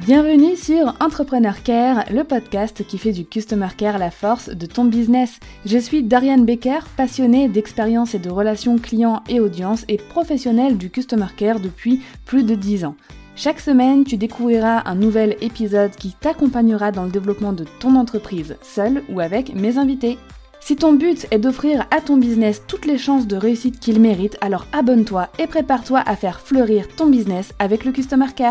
Bienvenue sur Entrepreneur Care, le podcast qui fait du Customer Care la force de ton business. Je suis Doriane Becker, passionnée d'expérience et de relations clients et audience et professionnelle du Customer Care depuis plus de 10 ans. Chaque semaine, tu découvriras un nouvel épisode qui t'accompagnera dans le développement de ton entreprise, seul ou avec mes invités. Si ton but est d'offrir à ton business toutes les chances de réussite qu'il mérite, alors abonne-toi et prépare-toi à faire fleurir ton business avec le Customer Care.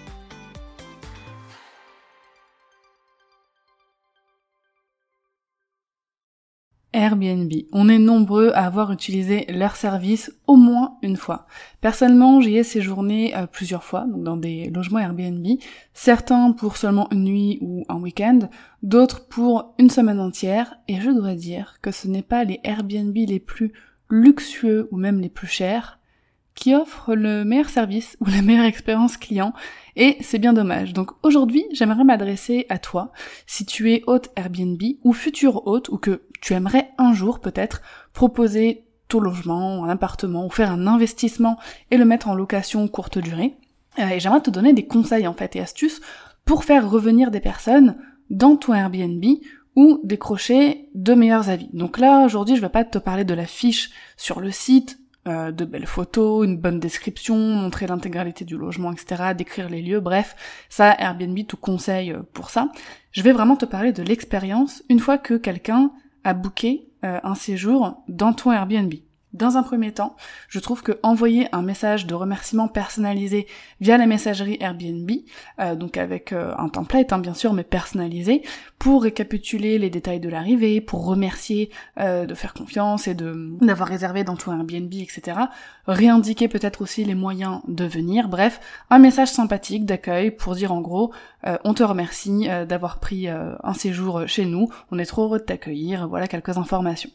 Airbnb. On est nombreux à avoir utilisé leur service au moins une fois. Personnellement, j'y ai séjourné plusieurs fois, donc dans des logements Airbnb, certains pour seulement une nuit ou un week-end, d'autres pour une semaine entière, et je dois dire que ce n'est pas les Airbnb les plus luxueux ou même les plus chers qui offrent le meilleur service ou la meilleure expérience client, et c'est bien dommage. Donc aujourd'hui, j'aimerais m'adresser à toi, si tu es hôte Airbnb ou futur hôte, ou que tu aimerais un jour peut-être proposer ton logement, un appartement, ou faire un investissement et le mettre en location courte durée. Et j'aimerais te donner des conseils en fait et astuces pour faire revenir des personnes dans ton Airbnb ou décrocher de meilleurs avis. Donc là, aujourd'hui, je vais pas te parler de la fiche sur le site, de belles photos, une bonne description, montrer l'intégralité du logement, etc., décrire les lieux, bref, ça, Airbnb te conseille pour ça. Je vais vraiment te parler de l'expérience une fois que quelqu'un a booké un séjour dans ton Airbnb. Dans un premier temps, je trouve que envoyer un message de remerciement personnalisé via la messagerie Airbnb, donc avec un template bien sûr, mais personnalisé, pour récapituler les détails de l'arrivée, pour remercier de faire confiance et d'avoir réservé dans ton Airbnb, etc. Réindiquer peut-être aussi les moyens de venir, bref, un message sympathique d'accueil pour dire en gros, on te remercie d'avoir pris un séjour chez nous, on est trop heureux de t'accueillir, voilà quelques informations.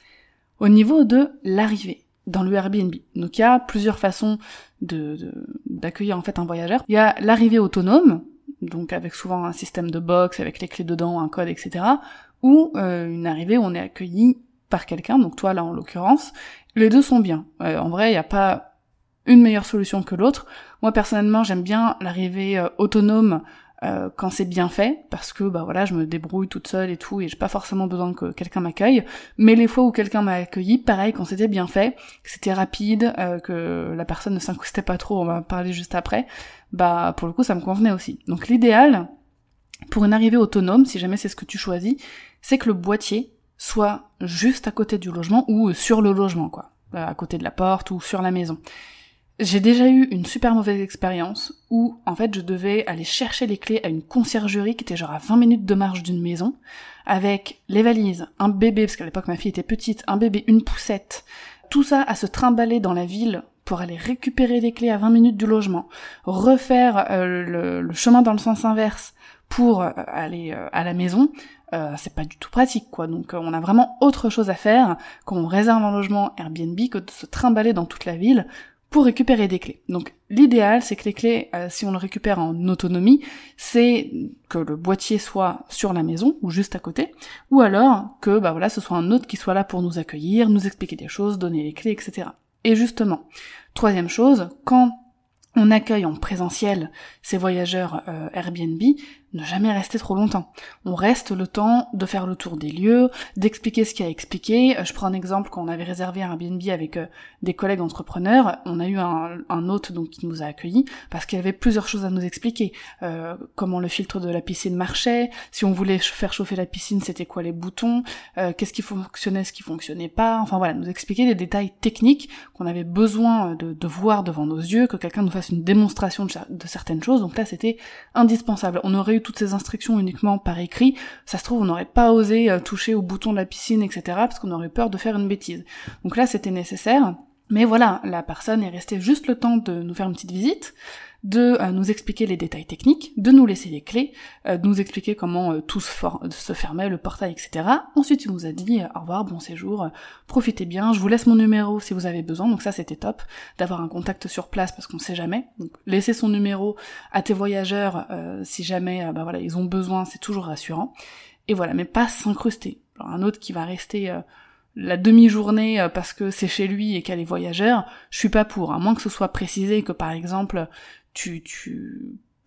Au niveau de l'arrivée dans le Airbnb, donc il y a plusieurs façons d'accueillir en fait un voyageur. Il y a l'arrivée autonome, donc avec souvent un système de box, avec les clés dedans, un code, etc. Ou une arrivée où on est accueilli par quelqu'un, donc toi là en l'occurrence. Les deux sont bien. En vrai, il n'y a pas une meilleure solution que l'autre. Moi personnellement, j'aime bien l'arrivée autonome quand c'est bien fait, parce que bah voilà, je me débrouille toute seule et tout, et j'ai pas forcément besoin que quelqu'un m'accueille, mais les fois où quelqu'un m'a accueilli, pareil, quand c'était bien fait, que c'était rapide, que la personne ne s'incrustait pas trop, on va en parler juste après, bah pour le coup ça me convenait aussi. Donc l'idéal, pour une arrivée autonome, si jamais c'est ce que tu choisis, c'est que le boîtier soit juste à côté du logement, ou sur le logement quoi, à côté de la porte ou sur la maison. J'ai déjà eu une super mauvaise expérience où, en fait, je devais aller chercher les clés à une conciergerie qui était genre à 20 minutes de marche d'une maison, avec les valises, un bébé, parce qu'à l'époque ma fille était petite, un bébé, une poussette, tout ça à se trimballer dans la ville pour aller récupérer les clés à 20 minutes du logement, refaire le chemin dans le sens inverse pour aller à la maison, c'est pas du tout pratique quoi. Donc on a vraiment autre chose à faire quand on réserve un logement Airbnb que de se trimballer dans toute la ville pour récupérer des clés. Donc l'idéal, c'est que les clés, si on le récupère en autonomie, c'est que le boîtier soit sur la maison, ou juste à côté, ou alors que bah voilà, ce soit un autre qui soit là pour nous accueillir, nous expliquer des choses, donner les clés, etc. Et justement, troisième chose, quand on accueille en présentiel ces voyageurs Airbnb, ne jamais rester trop longtemps. On reste le temps de faire le tour des lieux, d'expliquer ce qu'il y a à expliquer. Je prends un exemple, quand on avait réservé un Airbnb avec des collègues entrepreneurs, on a eu un hôte donc qui nous a accueillis parce qu'il y avait plusieurs choses à nous expliquer. Comment le filtre de la piscine marchait, si on voulait faire chauffer la piscine, c'était quoi les boutons, qu'est-ce qui fonctionnait, ce qui fonctionnait pas, enfin voilà, nous expliquer des détails techniques qu'on avait besoin de voir devant nos yeux, que quelqu'un nous fasse une démonstration de certaines choses. Donc là c'était indispensable. On aurait eu toutes ces instructions uniquement par écrit, ça se trouve on n'aurait pas osé toucher au bouton de la piscine, etc., parce qu'on aurait peur de faire une bêtise. Donc là c'était nécessaire, mais voilà, la personne est restée juste le temps de nous faire une petite visite, de nous expliquer les détails techniques, de nous laisser les clés, de nous expliquer comment tout se fermait, le portail, etc. Ensuite il nous a dit au revoir, bon séjour, profitez bien, je vous laisse mon numéro si vous avez besoin. Donc ça c'était top, d'avoir un contact sur place parce qu'on sait jamais. Donc laisser son numéro à tes voyageurs si jamais bah voilà, ils ont besoin, c'est toujours rassurant. Et voilà, mais pas s'incruster. Alors un autre qui va rester la demi-journée parce que c'est chez lui et qu'elle est voyageur, je suis pas pour, à moins que ce soit précisé que par exemple tu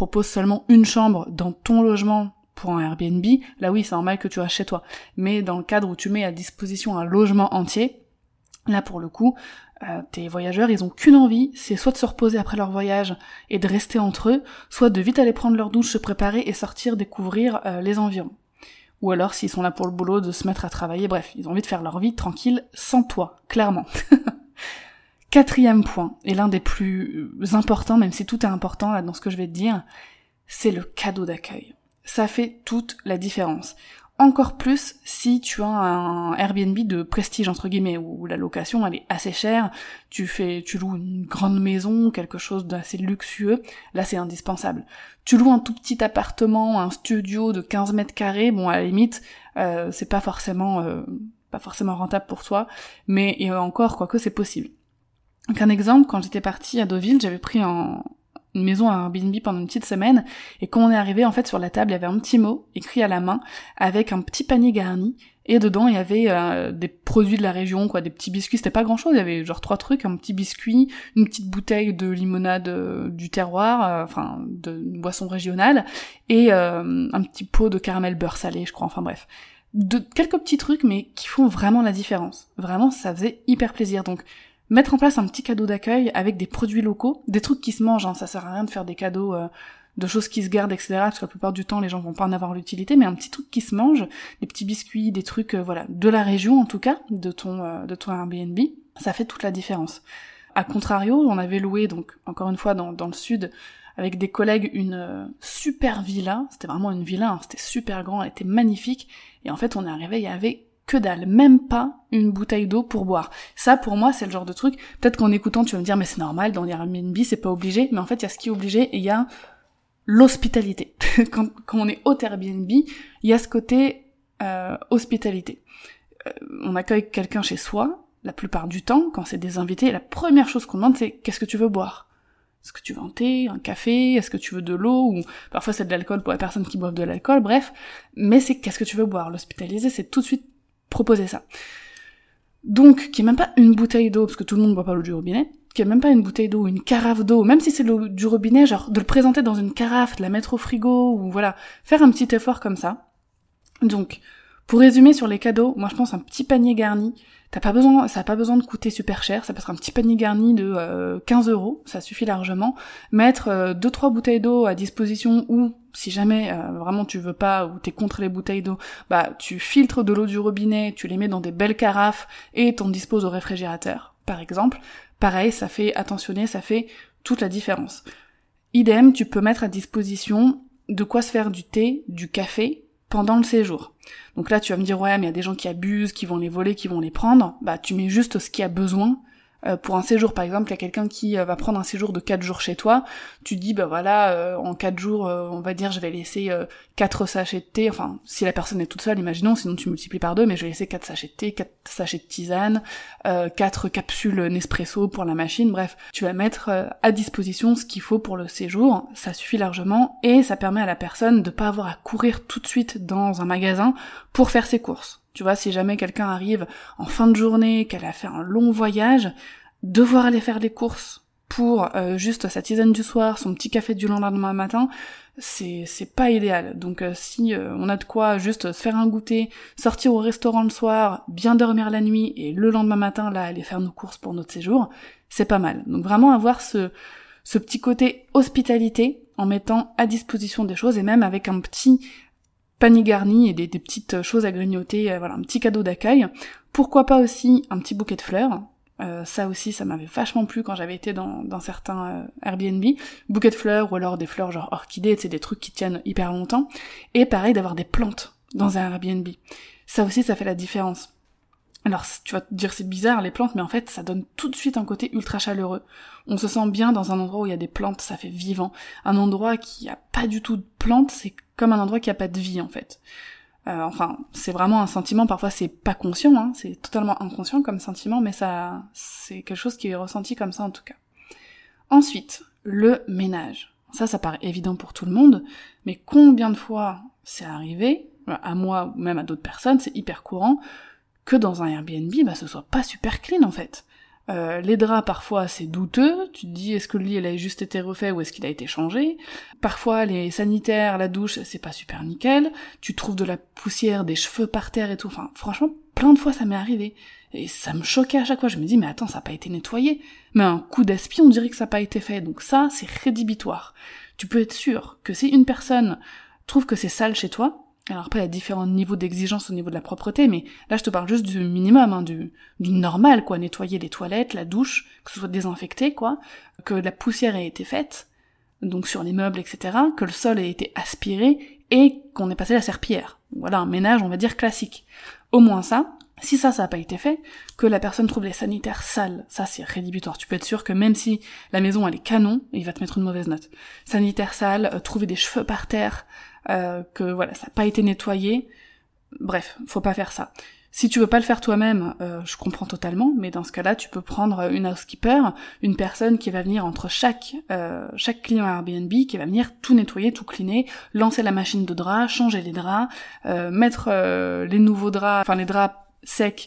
proposes seulement une chambre dans ton logement pour un Airbnb, là oui, c'est normal que tu restes chez toi. Mais dans le cadre où tu mets à disposition un logement entier, là pour le coup, tes voyageurs, ils ont qu'une envie, c'est soit de se reposer après leur voyage et de rester entre eux, soit de vite aller prendre leur douche, se préparer et sortir découvrir les environs. Ou alors, s'ils sont là pour le boulot, de se mettre à travailler, bref, ils ont envie de faire leur vie tranquille sans toi, clairement. 4e point, et l'un des plus importants, même si tout est important là dans ce que je vais te dire, c'est le cadeau d'accueil. Ça fait toute la différence. Encore plus si tu as un Airbnb de prestige entre guillemets, où la location elle est assez chère, tu loues une grande maison, quelque chose d'assez luxueux, là c'est indispensable. Tu loues un tout petit appartement, un studio de 15 mètres carrés, bon à la limite, c'est pas forcément rentable pour toi, mais et encore, quoique c'est possible. Donc un exemple, quand j'étais partie à Deauville, j'avais pris une maison à Airbnb pendant une petite semaine, et quand on est arrivé, en fait, sur la table, il y avait un petit mot, écrit à la main, avec un petit panier garni, et dedans, il y avait des produits de la région, quoi, des petits biscuits, c'était pas grand-chose, il y avait genre 3 trucs, un petit biscuit, une petite bouteille de limonade du terroir, de boisson régionale, et un petit pot de caramel beurre salé, je crois, enfin bref. Quelques petits trucs, mais qui font vraiment la différence. Vraiment, ça faisait hyper plaisir, donc mettre en place un petit cadeau d'accueil avec des produits locaux, des trucs qui se mangent, hein, ça sert à rien de faire des cadeaux de choses qui se gardent, etc., parce que la plupart du temps, les gens vont pas en avoir l'utilité, mais un petit truc qui se mange, des petits biscuits, des trucs, de la région en tout cas, de ton Airbnb, ça fait toute la différence. A contrario, on avait loué, donc encore une fois dans le sud, avec des collègues, une super villa, c'était vraiment une villa, hein, c'était super grand, elle était magnifique, et en fait on est arrivé, il y avait que dalle, même pas une bouteille d'eau pour boire. Ça, pour moi, c'est le genre de truc, peut-être qu'en écoutant, tu vas me dire, mais c'est normal, dans les Airbnb, c'est pas obligé, mais en fait, il y a ce qui est obligé, et il y a l'hospitalité. quand on est hôte Airbnb, il y a ce côté hospitalité. On accueille quelqu'un chez soi, la plupart du temps, quand c'est des invités, la première chose qu'on demande, c'est « qu'est-ce que tu veux boire ?» Est-ce que tu veux un thé, un café, est-ce que tu veux de l'eau, ou parfois c'est de l'alcool pour les personnes qui boivent de l'alcool, bref, mais c'est « qu'est-ce que tu veux boire ?» L'hospitaliser, c'est tout de suite proposer ça. Donc, qu'il n'y ait même pas une bouteille d'eau, parce que tout le monde ne boit pas l'eau du robinet, qu'il n'y ait même pas une bouteille d'eau, une carafe d'eau, même si c'est l'eau du robinet, genre de le présenter dans une carafe, de la mettre au frigo, ou voilà, faire un petit effort comme ça. Donc, pour résumer sur les cadeaux, moi je pense un petit panier garni, ça a pas besoin de coûter super cher, ça peut être un petit panier garni de 15 €, ça suffit largement. Mettre 2-3 bouteilles d'eau à disposition, ou si jamais vraiment tu veux pas, ou t'es contre les bouteilles d'eau, bah tu filtres de l'eau du robinet, tu les mets dans des belles carafes et t'en disposes au réfrigérateur, par exemple. Pareil, ça fait toute la différence. Idem, tu peux mettre à disposition de quoi se faire du thé, du café, pendant le séjour. Donc là, tu vas me dire, ouais, mais il y a des gens qui abusent, qui vont les voler, qui vont les prendre. Bah, tu mets juste ce qu'il y a besoin. Pour un séjour, par exemple, il y a quelqu'un qui va prendre un séjour de 4 jours chez toi, tu dis, bah voilà, en 4 jours, on va dire, je vais laisser 4 sachets de thé, enfin, si la personne est toute seule, imaginons, sinon tu multiplies par 2, mais je vais laisser 4 sachets de thé, 4 sachets de tisane, 4 capsules Nespresso pour la machine, bref, tu vas mettre à disposition ce qu'il faut pour le séjour, ça suffit largement, et ça permet à la personne de pas avoir à courir tout de suite dans un magasin pour faire ses courses. Tu vois, si jamais quelqu'un arrive en fin de journée, qu'elle a fait un long voyage, devoir aller faire les courses pour juste sa tisane du soir, son petit café du lendemain matin, c'est pas idéal. Donc si on a de quoi juste se faire un goûter, sortir au restaurant le soir, bien dormir la nuit, et le lendemain matin, là, aller faire nos courses pour notre séjour, c'est pas mal. Donc vraiment avoir ce petit côté hospitalité, en mettant à disposition des choses, et même avec un petit panier garni et des petites choses à grignoter, voilà, un petit cadeau d'accueil. Pourquoi pas aussi un petit bouquet de fleurs, ça aussi, ça m'avait vachement plu quand j'avais été dans certains Airbnb, bouquet de fleurs, ou alors des fleurs genre orchidées, c'est des trucs qui tiennent hyper longtemps, et pareil d'avoir des plantes dans un Airbnb. Ça aussi, ça fait la différence. Alors, tu vas te dire c'est bizarre les plantes, mais en fait, ça donne tout de suite un côté ultra chaleureux. On se sent bien dans un endroit où il y a des plantes, ça fait vivant. Un endroit qui a pas du tout de plantes, c'est comme un endroit qui a pas de vie, en fait. Enfin, c'est vraiment un sentiment, parfois c'est pas conscient, hein, c'est totalement inconscient comme sentiment, mais ça, c'est quelque chose qui est ressenti comme ça en tout cas. Ensuite, le ménage. Ça paraît évident pour tout le monde, mais combien de fois c'est arrivé, à moi ou même à d'autres personnes, c'est hyper courant, que dans un Airbnb, bah ce soit pas super clean en fait. Les draps, parfois, c'est douteux. Tu te dis, est-ce que le lit, il a juste été refait ou est-ce qu'il a été changé? Parfois, les sanitaires, la douche, c'est pas super nickel. Tu trouves de la poussière, des cheveux par terre et tout. Enfin, franchement, plein de fois, ça m'est arrivé. Et ça me choquait à chaque fois. Je me dis, mais attends, ça a pas été nettoyé. Mais un coup d'aspi, on dirait que ça a pas été fait. Donc ça, c'est rédhibitoire. Tu peux être sûr que si une personne trouve que c'est sale chez toi, alors après, il y a différents niveaux d'exigence au niveau de la propreté, mais là, je te parle juste du minimum, hein, du normal, quoi. Nettoyer les toilettes, la douche, que ce soit désinfecté, quoi, que la poussière ait été faite, donc sur les meubles, etc., que le sol ait été aspiré, et qu'on ait passé la serpillière. Voilà, un ménage, on va dire, classique. Au moins ça. Si ça n'a pas été fait, que la personne trouve les sanitaires sales, ça c'est rédhibitoire. Tu peux être sûr que même si la maison elle est canon, il va te mettre une mauvaise note. Sanitaires sales, trouver des cheveux par terre, que voilà, ça n'a pas été nettoyé. Bref, faut pas faire ça. Si tu veux pas le faire toi-même, je comprends totalement, mais dans ce cas-là, tu peux prendre une housekeeper, une personne qui va venir entre chaque client Airbnb, qui va venir tout nettoyer, tout cleaner, lancer la machine de draps, changer les draps, mettre les nouveaux draps, enfin les draps secs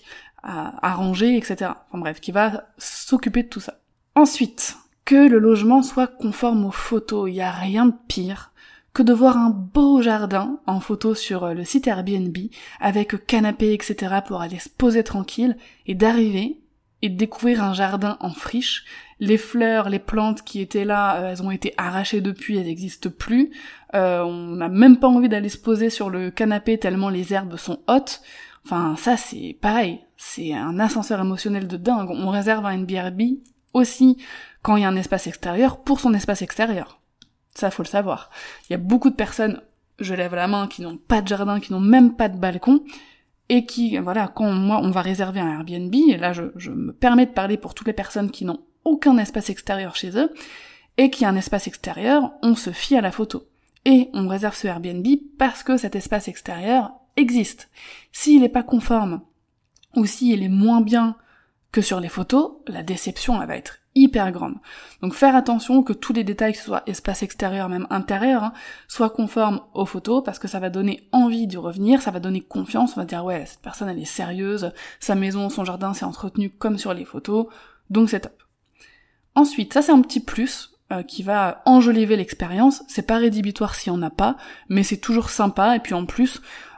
à ranger, etc. Enfin bref, qui va s'occuper de tout ça. Ensuite, que le logement soit conforme aux photos. Il y a rien de pire que de voir un beau jardin en photo sur le site Airbnb, avec canapé, etc. pour aller se poser tranquille, et d'arriver et de découvrir un jardin en friche. Les fleurs, les plantes qui étaient là, elles ont été arrachées depuis, elles n'existent plus. On n'a même pas envie d'aller se poser sur le canapé tellement les herbes sont hautes. Enfin, ça c'est pareil, c'est un ascenseur émotionnel de dingue. On réserve un Airbnb aussi quand il y a un espace extérieur pour son espace extérieur. Ça, faut le savoir. Il y a beaucoup de personnes, je lève la main, qui n'ont pas de jardin, qui n'ont même pas de balcon, et qui, voilà, quand on va réserver un Airbnb, et là je me permets de parler pour toutes les personnes qui n'ont aucun espace extérieur chez eux, et qui a un espace extérieur, on se fie à la photo. Et on réserve ce Airbnb parce que cet espace extérieur existe. S'il est pas conforme, ou s'il est moins bien que sur les photos, la déception, elle va être hyper grande. Donc faire attention que tous les détails, que ce soit espace extérieur, même intérieur, hein, soient conformes aux photos, parce que ça va donner envie d'y revenir, ça va donner confiance, on va dire ouais, cette personne elle est sérieuse, sa maison, son jardin s'est entretenu comme sur les photos, donc c'est top. Ensuite, ça c'est un petit plus, qui va enjoliver l'expérience, c'est pas rédhibitoire s'il y en a pas, mais c'est toujours sympa, et puis en plus,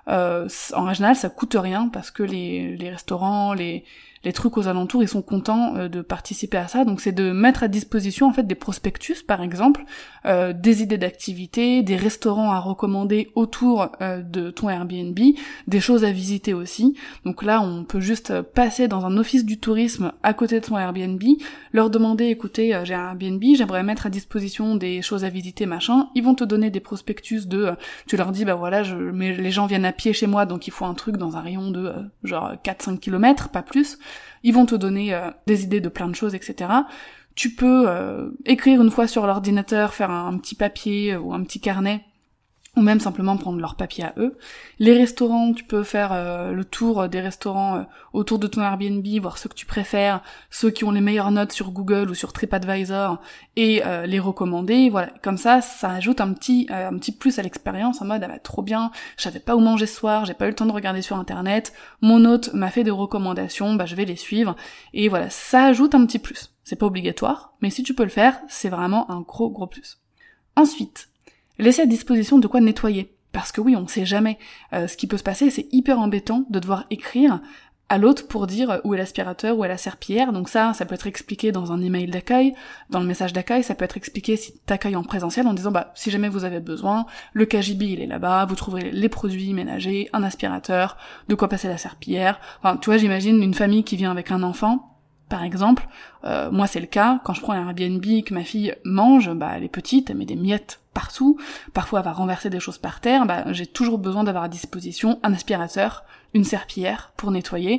en général ça coûte rien, parce que les restaurants, les trucs aux alentours, ils sont contents de participer à ça, donc c'est de mettre à disposition en fait des prospectus par exemple, des idées d'activités, des restaurants à recommander autour de ton Airbnb, des choses à visiter aussi. Donc là on peut juste passer dans un office du tourisme à côté de son Airbnb, leur demander écoutez j'ai un Airbnb, j'aimerais mettre à disposition des choses à visiter machin, ils vont te donner des prospectus de tu leur dis bah voilà mais les gens viennent à pied chez moi donc il faut un truc dans un rayon de genre 4-5 km, pas plus. Ils vont te donner des idées de plein de choses, etc. Tu peux écrire une fois sur l'ordinateur, faire un petit papier ou un petit carnet, ou même simplement prendre leur papier à eux. Les restaurants, tu peux faire le tour des restaurants autour de ton Airbnb, voir ceux que tu préfères, ceux qui ont les meilleures notes sur Google ou sur TripAdvisor, et les recommander. Voilà, comme ça ajoute un petit plus à l'expérience, en mode ah bah trop bien, je savais pas où manger ce soir, j'ai pas eu le temps de regarder sur internet, mon hôte m'a fait des recommandations, bah je vais les suivre, et voilà, ça ajoute un petit plus. C'est pas obligatoire, mais si tu peux le faire, c'est vraiment un gros plus. Ensuite, laisser à disposition de quoi nettoyer. Parce que oui, on sait jamais ce qui peut se passer, c'est hyper embêtant de devoir écrire à l'autre pour dire où est l'aspirateur, où est la serpillière. Donc ça peut être expliqué dans un email d'accueil, dans le message d'accueil, ça peut être expliqué si t'accueilles en présentiel en disant bah si jamais vous avez besoin, le KGB il est là-bas, vous trouverez les produits ménagers, un aspirateur, de quoi passer la serpillière. Enfin, tu vois, j'imagine une famille qui vient avec un enfant, par exemple, moi c'est le cas, quand je prends un Airbnb que ma fille mange, bah elle est petite, elle met des miettes partout, parfois elle va renverser des choses par terre, bah j'ai toujours besoin d'avoir à disposition un aspirateur, une serpillière pour nettoyer,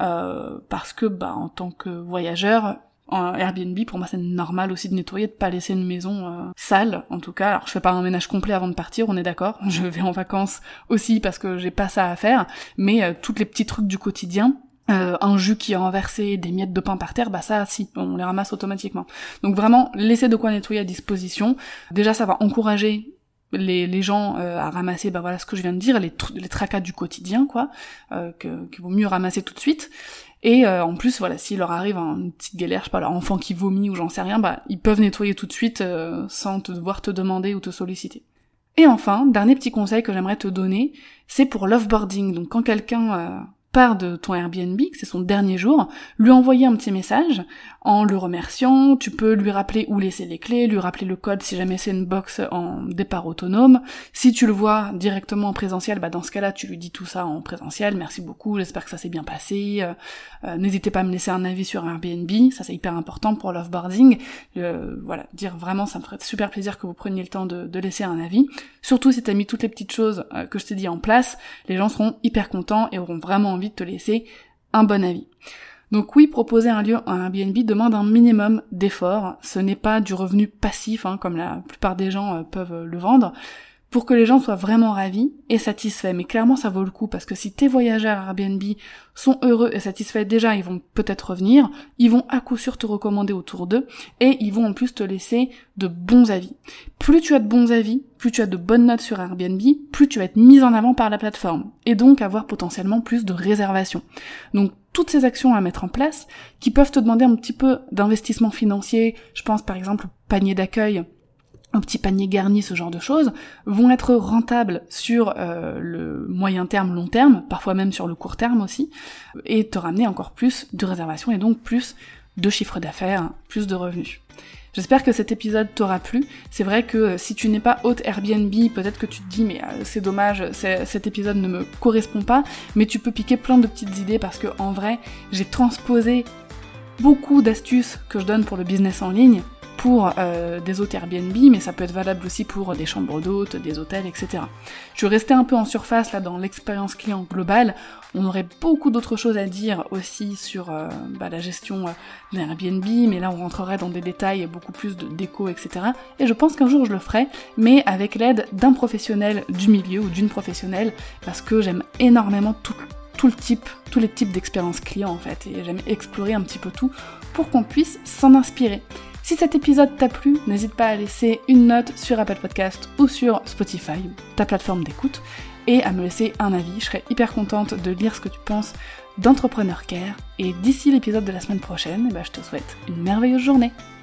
parce que bah en tant que voyageur, en Airbnb, pour moi c'est normal aussi de nettoyer, de pas laisser une maison sale, en tout cas. Alors je fais pas un ménage complet avant de partir, on est d'accord, je vais en vacances aussi parce que j'ai pas ça à faire, mais tous les petits trucs du quotidien, un jus qui est renversé, des miettes de pain par terre, bah ça si, on les ramasse automatiquement. Donc vraiment, laisser de quoi nettoyer à disposition. Déjà ça va encourager les gens à ramasser bah voilà ce que je viens de dire, les tracas du quotidien quoi, qu'il vaut mieux ramasser tout de suite. Et en plus, voilà, s'il leur arrive une petite galère, je sais pas, leur enfant qui vomit ou j'en sais rien, ils peuvent nettoyer tout de suite sans devoir te demander ou te solliciter. Et enfin, dernier petit conseil que j'aimerais te donner, c'est pour l'offboarding. Donc quand quelqu'un part de ton Airbnb, que c'est son dernier jour, lui envoyer un petit message en le remerciant, tu peux lui rappeler où laisser les clés, lui rappeler le code si jamais c'est une box en départ autonome. Si tu le vois directement en présentiel, dans ce cas-là, tu lui dis tout ça en présentiel, merci beaucoup, j'espère que ça s'est bien passé, n'hésitez pas à me laisser un avis sur Airbnb, ça c'est hyper important pour l'offboarding, voilà, dire vraiment, ça me ferait super plaisir que vous preniez le temps de laisser un avis, surtout si t'as mis toutes les petites choses que je t'ai dit en place, les gens seront hyper contents et auront vraiment envie de te laisser un bon avis. Donc oui, proposer un lieu en Airbnb demande un minimum d'effort, ce n'est pas du revenu passif, comme la plupart des gens peuvent le vendre, pour que les gens soient vraiment ravis et satisfaits. Mais clairement, ça vaut le coup, parce que si tes voyageurs Airbnb sont heureux et satisfaits, déjà, ils vont peut-être revenir, ils vont à coup sûr te recommander autour d'eux, et ils vont en plus te laisser de bons avis. Plus tu as de bons avis, plus tu as de bonnes notes sur Airbnb, plus tu vas être mis en avant par la plateforme, et donc avoir potentiellement plus de réservations. Donc, toutes ces actions à mettre en place, qui peuvent te demander un petit peu d'investissement financier, je pense par exemple au panier d'accueil, un petit panier garni, ce genre de choses, vont être rentables sur le moyen terme, long terme, parfois même sur le court terme aussi, et te ramener encore plus de réservations et donc plus de chiffre d'affaires, plus de revenus. J'espère que cet épisode t'aura plu. C'est vrai que si tu n'es pas hôte Airbnb, peut-être que tu te dis mais c'est dommage, cet épisode ne me correspond pas, mais tu peux piquer plein de petites idées parce que en vrai, j'ai transposé beaucoup d'astuces que je donne pour le business en ligne pour des hôtes Airbnb, mais ça peut être valable aussi pour des chambres d'hôtes, des hôtels, etc. Je vais rester un peu en surface là dans l'expérience client globale. On aurait beaucoup d'autres choses à dire aussi sur la gestion d'un Airbnb, mais là on rentrerait dans des détails beaucoup plus de déco, etc. Et je pense qu'un jour je le ferai, mais avec l'aide d'un professionnel du milieu ou d'une professionnelle, parce que j'aime énormément tous les types d'expériences clients en fait, et j'aime explorer un petit peu tout pour qu'on puisse s'en inspirer. Si cet épisode t'a plu, n'hésite pas à laisser une note sur Apple Podcast ou sur Spotify, ta plateforme d'écoute, et à me laisser un avis. Je serais hyper contente de lire ce que tu penses d'Entrepreneur Care. Et d'ici l'épisode de la semaine prochaine, je te souhaite une merveilleuse journée.